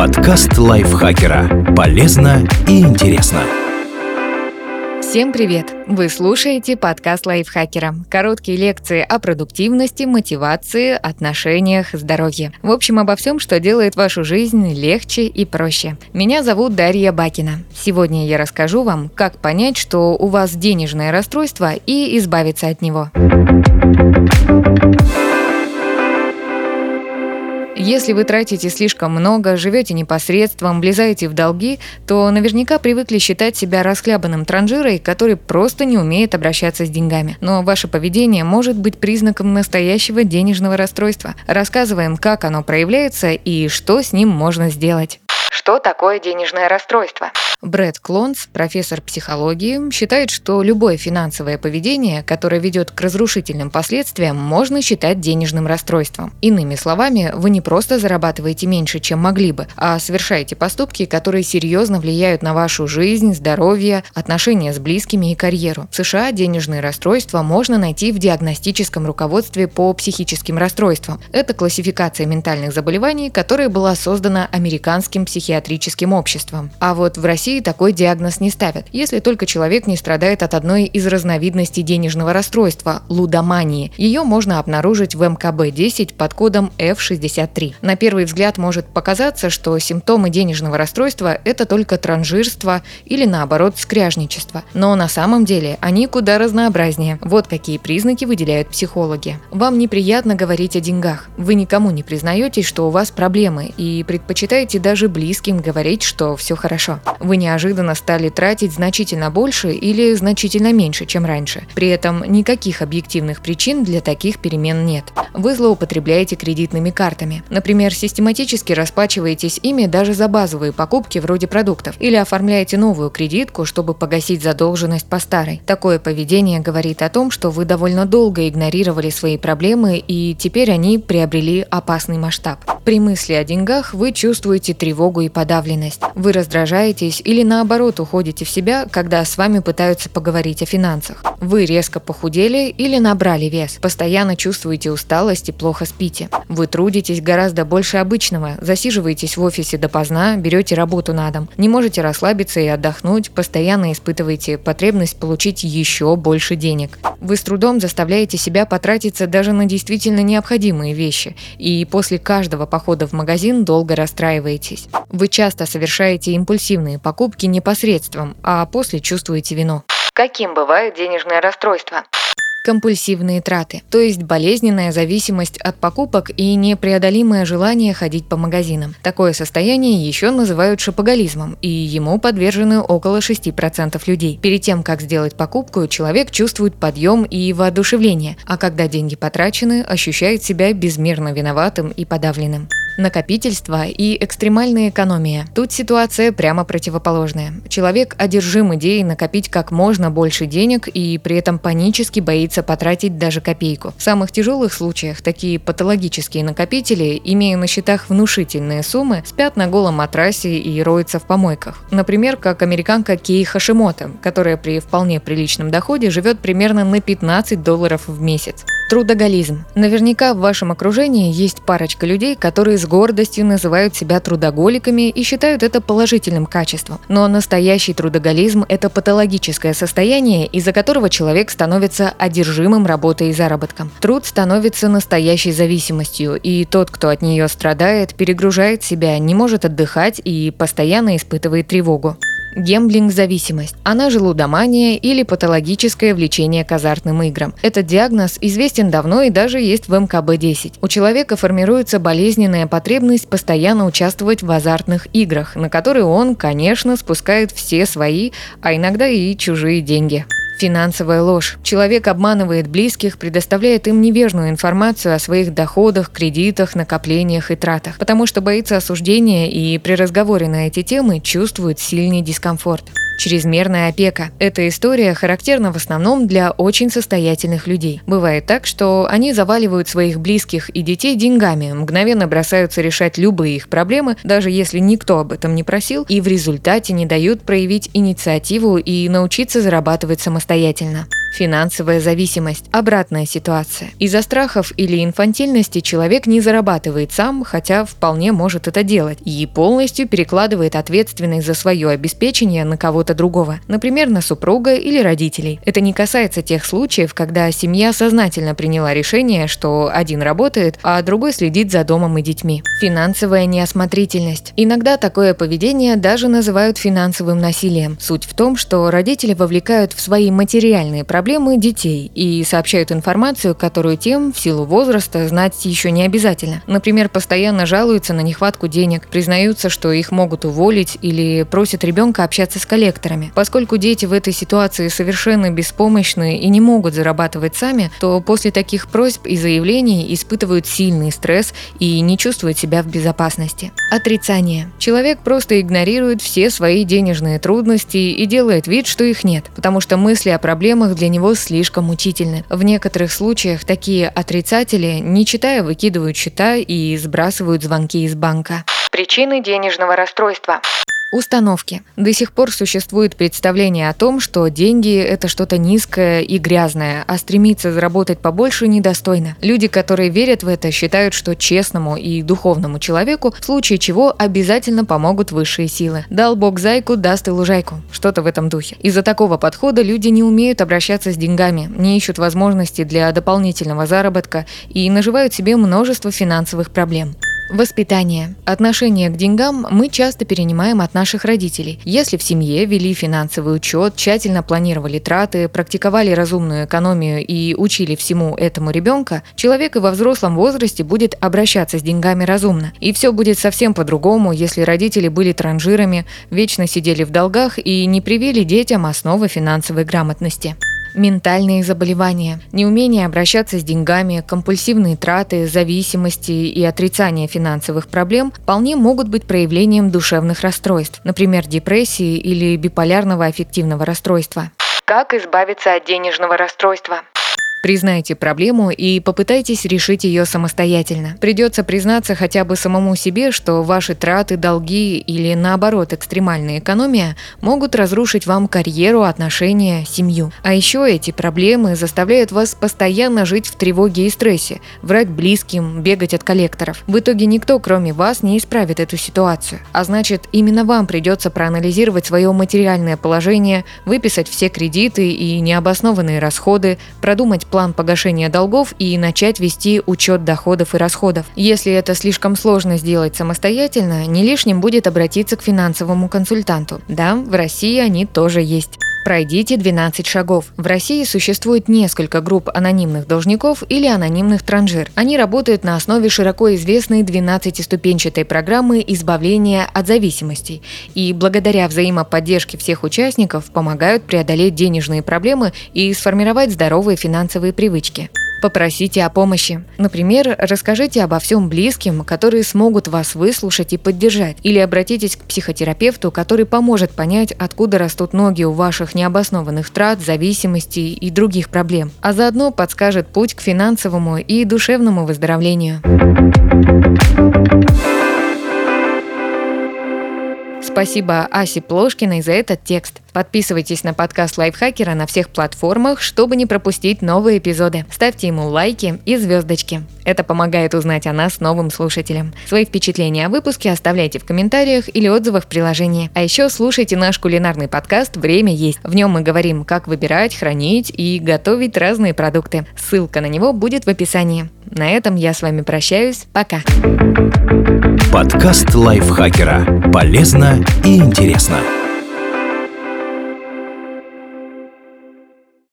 Подкаст лайфхакера. Полезно и интересно. Всем привет! Вы слушаете подкаст лайфхакера. Короткие лекции о продуктивности, мотивации, отношениях, здоровье. В общем, обо всем, что делает вашу жизнь легче и проще. Меня зовут Дарья Бакина. Сегодня я расскажу вам, как понять, что у вас денежное расстройство, и избавиться от него. Если вы тратите слишком много, живете непосредством, влезаете в долги, то наверняка привыкли считать себя расхлябанным транжирой, который просто не умеет обращаться с деньгами. Но ваше поведение может быть признаком настоящего денежного расстройства. Рассказываем, как оно проявляется и что с ним можно сделать. Что такое денежное расстройство? Брэд Клонс, профессор психологии, считает, что любое финансовое поведение, которое ведет к разрушительным последствиям, можно считать денежным расстройством. Иными словами, вы не просто зарабатываете меньше, чем могли бы, а совершаете поступки, которые серьезно влияют на вашу жизнь, здоровье, отношения с близкими и карьеру. В США денежные расстройства можно найти в диагностическом руководстве по психическим расстройствам. Это классификация ментальных заболеваний, которая была создана американским психиатрическим обществом. А вот в России такой диагноз не ставят, если только человек не страдает от одной из разновидностей денежного расстройства – лудомании. Ее можно обнаружить в МКБ-10 под кодом F63. На первый взгляд может показаться, что симптомы денежного расстройства – это только транжирство или, наоборот, скряжничество. Но на самом деле они куда разнообразнее. Вот какие признаки выделяют психологи. Вам неприятно говорить о деньгах. Вы никому не признаетесь, что у вас проблемы, и предпочитаете даже близким говорить, что все хорошо. Вы неожиданно стали тратить значительно больше или значительно меньше, чем раньше. При этом никаких объективных причин для таких перемен нет. Вы злоупотребляете кредитными картами. Например, систематически расплачиваетесь ими даже за базовые покупки вроде продуктов или оформляете новую кредитку, чтобы погасить задолженность по старой. Такое поведение говорит о том, что вы довольно долго игнорировали свои проблемы, и теперь они приобрели опасный масштаб. При мысли о деньгах вы чувствуете тревогу и подавленность. Вы раздражаетесь или наоборот уходите в себя, когда с вами пытаются поговорить о финансах. Вы резко похудели или набрали вес. Постоянно чувствуете усталость и плохо спите. Вы трудитесь гораздо больше обычного, засиживаетесь в офисе допоздна, берете работу на дом. Не можете расслабиться и отдохнуть, постоянно испытываете потребность получить еще больше денег. Вы с трудом заставляете себя потратиться даже на действительно необходимые вещи, и после каждого похода в магазин долго расстраиваетесь. Вы часто совершаете импульсивные покупки непосредством, а после чувствуете вину. Каким бывает денежное расстройство? Компульсивные траты, то есть болезненная зависимость от покупок и непреодолимое желание ходить по магазинам. Такое состояние еще называют шопоголизмом, и ему подвержены около 6% людей. Перед тем, как сделать покупку, человек чувствует подъем и воодушевление, а когда деньги потрачены, ощущает себя безмерно виноватым и подавленным. Накопительство и экстремальная экономия. Тут ситуация прямо противоположная. Человек одержим идеей накопить как можно больше денег и при этом панически боится потратить даже копейку. В самых тяжелых случаях такие патологические накопители, имея на счетах внушительные суммы, спят на голом матрасе и роются в помойках. Например, как американка Кей Хашимото, которая при вполне приличном доходе живет примерно на $15 в месяц. Трудоголизм. Наверняка в вашем окружении есть парочка людей, которые с гордостью называют себя трудоголиками и считают это положительным качеством. Но настоящий трудоголизм – это патологическое состояние, из-за которого человек становится одержимым работой и заработком. Труд становится настоящей зависимостью, и тот, кто от нее страдает, перегружает себя, не может отдыхать и постоянно испытывает тревогу. Гэмблинг-зависимость, она же лудомания или патологическое влечение к азартным играм. Этот диагноз известен давно и даже есть в МКБ-10. У человека формируется болезненная потребность постоянно участвовать в азартных играх, на которые он, конечно, спускает все свои, а иногда и чужие деньги. Финансовая ложь. Человек обманывает близких, предоставляет им неверную информацию о своих доходах, кредитах, накоплениях и тратах, потому что боится осуждения и при разговоре на эти темы чувствует сильный дискомфорт. Чрезмерная опека. Эта история характерна в основном для очень состоятельных людей. Бывает так, что они заваливают своих близких и детей деньгами, мгновенно бросаются решать любые их проблемы, даже если никто об этом не просил, и в результате не дают проявить инициативу и научиться зарабатывать самостоятельно. Финансовая зависимость – обратная ситуация. Из-за страхов или инфантильности человек не зарабатывает сам, хотя вполне может это делать, и полностью перекладывает ответственность за свое обеспечение на кого-то другого, например, на супруга или родителей. Это не касается тех случаев, когда семья сознательно приняла решение, что один работает, а другой следит за домом и детьми. Финансовая неосмотрительность. Иногда такое поведение даже называют финансовым насилием. Суть в том, что родители вовлекают в свои материальные проблемы детей и сообщают информацию, которую тем в силу возраста знать еще не обязательно. Например, постоянно жалуются на нехватку денег, признаются, что их могут уволить или просят ребенка общаться с коллекторами. Поскольку дети в этой ситуации совершенно беспомощны и не могут зарабатывать сами, то после таких просьб и заявлений испытывают сильный стресс и не чувствуют себя в безопасности. Отрицание. Человек просто игнорирует все свои денежные трудности и делает вид, что их нет, потому что мысли о проблемах для него слишком мучительны. В некоторых случаях такие отрицатели, не читая, выкидывают счета и сбрасывают звонки из банка. Причины денежного расстройства. Установки. До сих пор существует представление о том, что деньги – это что-то низкое и грязное, а стремиться заработать побольше недостойно. Люди, которые верят в это, считают, что честному и духовному человеку в случае чего обязательно помогут высшие силы. Дал Бог зайку, даст и лужайку. Что-то в этом духе. Из-за такого подхода люди не умеют обращаться с деньгами, не ищут возможности для дополнительного заработка и наживают себе множество финансовых проблем. Воспитание. Отношение к деньгам мы часто перенимаем от наших родителей. Если в семье вели финансовый учет, тщательно планировали траты, практиковали разумную экономию и учили всему этому ребенка, человек и во взрослом возрасте будет обращаться с деньгами разумно. И все будет совсем по-другому, если родители были транжирами, вечно сидели в долгах и не привили детям основы финансовой грамотности. Ментальные заболевания, неумение обращаться с деньгами, компульсивные траты, зависимости и отрицание финансовых проблем вполне могут быть проявлением душевных расстройств, например, депрессии или биполярного аффективного расстройства. Как избавиться от денежного расстройства? Признайте проблему и попытайтесь решить ее самостоятельно. Придется признаться хотя бы самому себе, что ваши траты, долги или, наоборот, экстремальная экономия могут разрушить вам карьеру, отношения, семью. А еще эти проблемы заставляют вас постоянно жить в тревоге и стрессе, врать близким, бегать от коллекторов. В итоге никто, кроме вас, не исправит эту ситуацию. А значит, именно вам придется проанализировать свое материальное положение, выписать все кредиты и необоснованные расходы, продумать план погашения долгов и начать вести учет доходов и расходов. Если это слишком сложно сделать самостоятельно, не лишним будет обратиться к финансовому консультанту. Да, в России они тоже есть. Пройдите 12 шагов. В России существует несколько групп анонимных должников или анонимных транжир. Они работают на основе широко известной 12-ступенчатой программы избавления от зависимостей и благодаря взаимоподдержке всех участников помогают преодолеть денежные проблемы и сформировать здоровые финансовые привычки. Попросите о помощи. Например, расскажите обо всем близким, которые смогут вас выслушать и поддержать. Или обратитесь к психотерапевту, который поможет понять, откуда растут ноги у ваших необоснованных трат, зависимостей и других проблем. А заодно подскажет путь к финансовому и душевному выздоровлению. Спасибо Асе Плошкиной за этот текст. Подписывайтесь на подкаст Лайфхакера на всех платформах, чтобы не пропустить новые эпизоды. Ставьте ему лайки и звездочки. Это помогает узнать о нас новым слушателям. Свои впечатления о выпуске оставляйте в комментариях или отзывах в приложении. А еще слушайте наш кулинарный подкаст «Время есть». В нем мы говорим, как выбирать, хранить и готовить разные продукты. Ссылка на него будет в описании. На этом я с вами прощаюсь. Пока. Подкаст Лайфхакера. Полезно и интересно.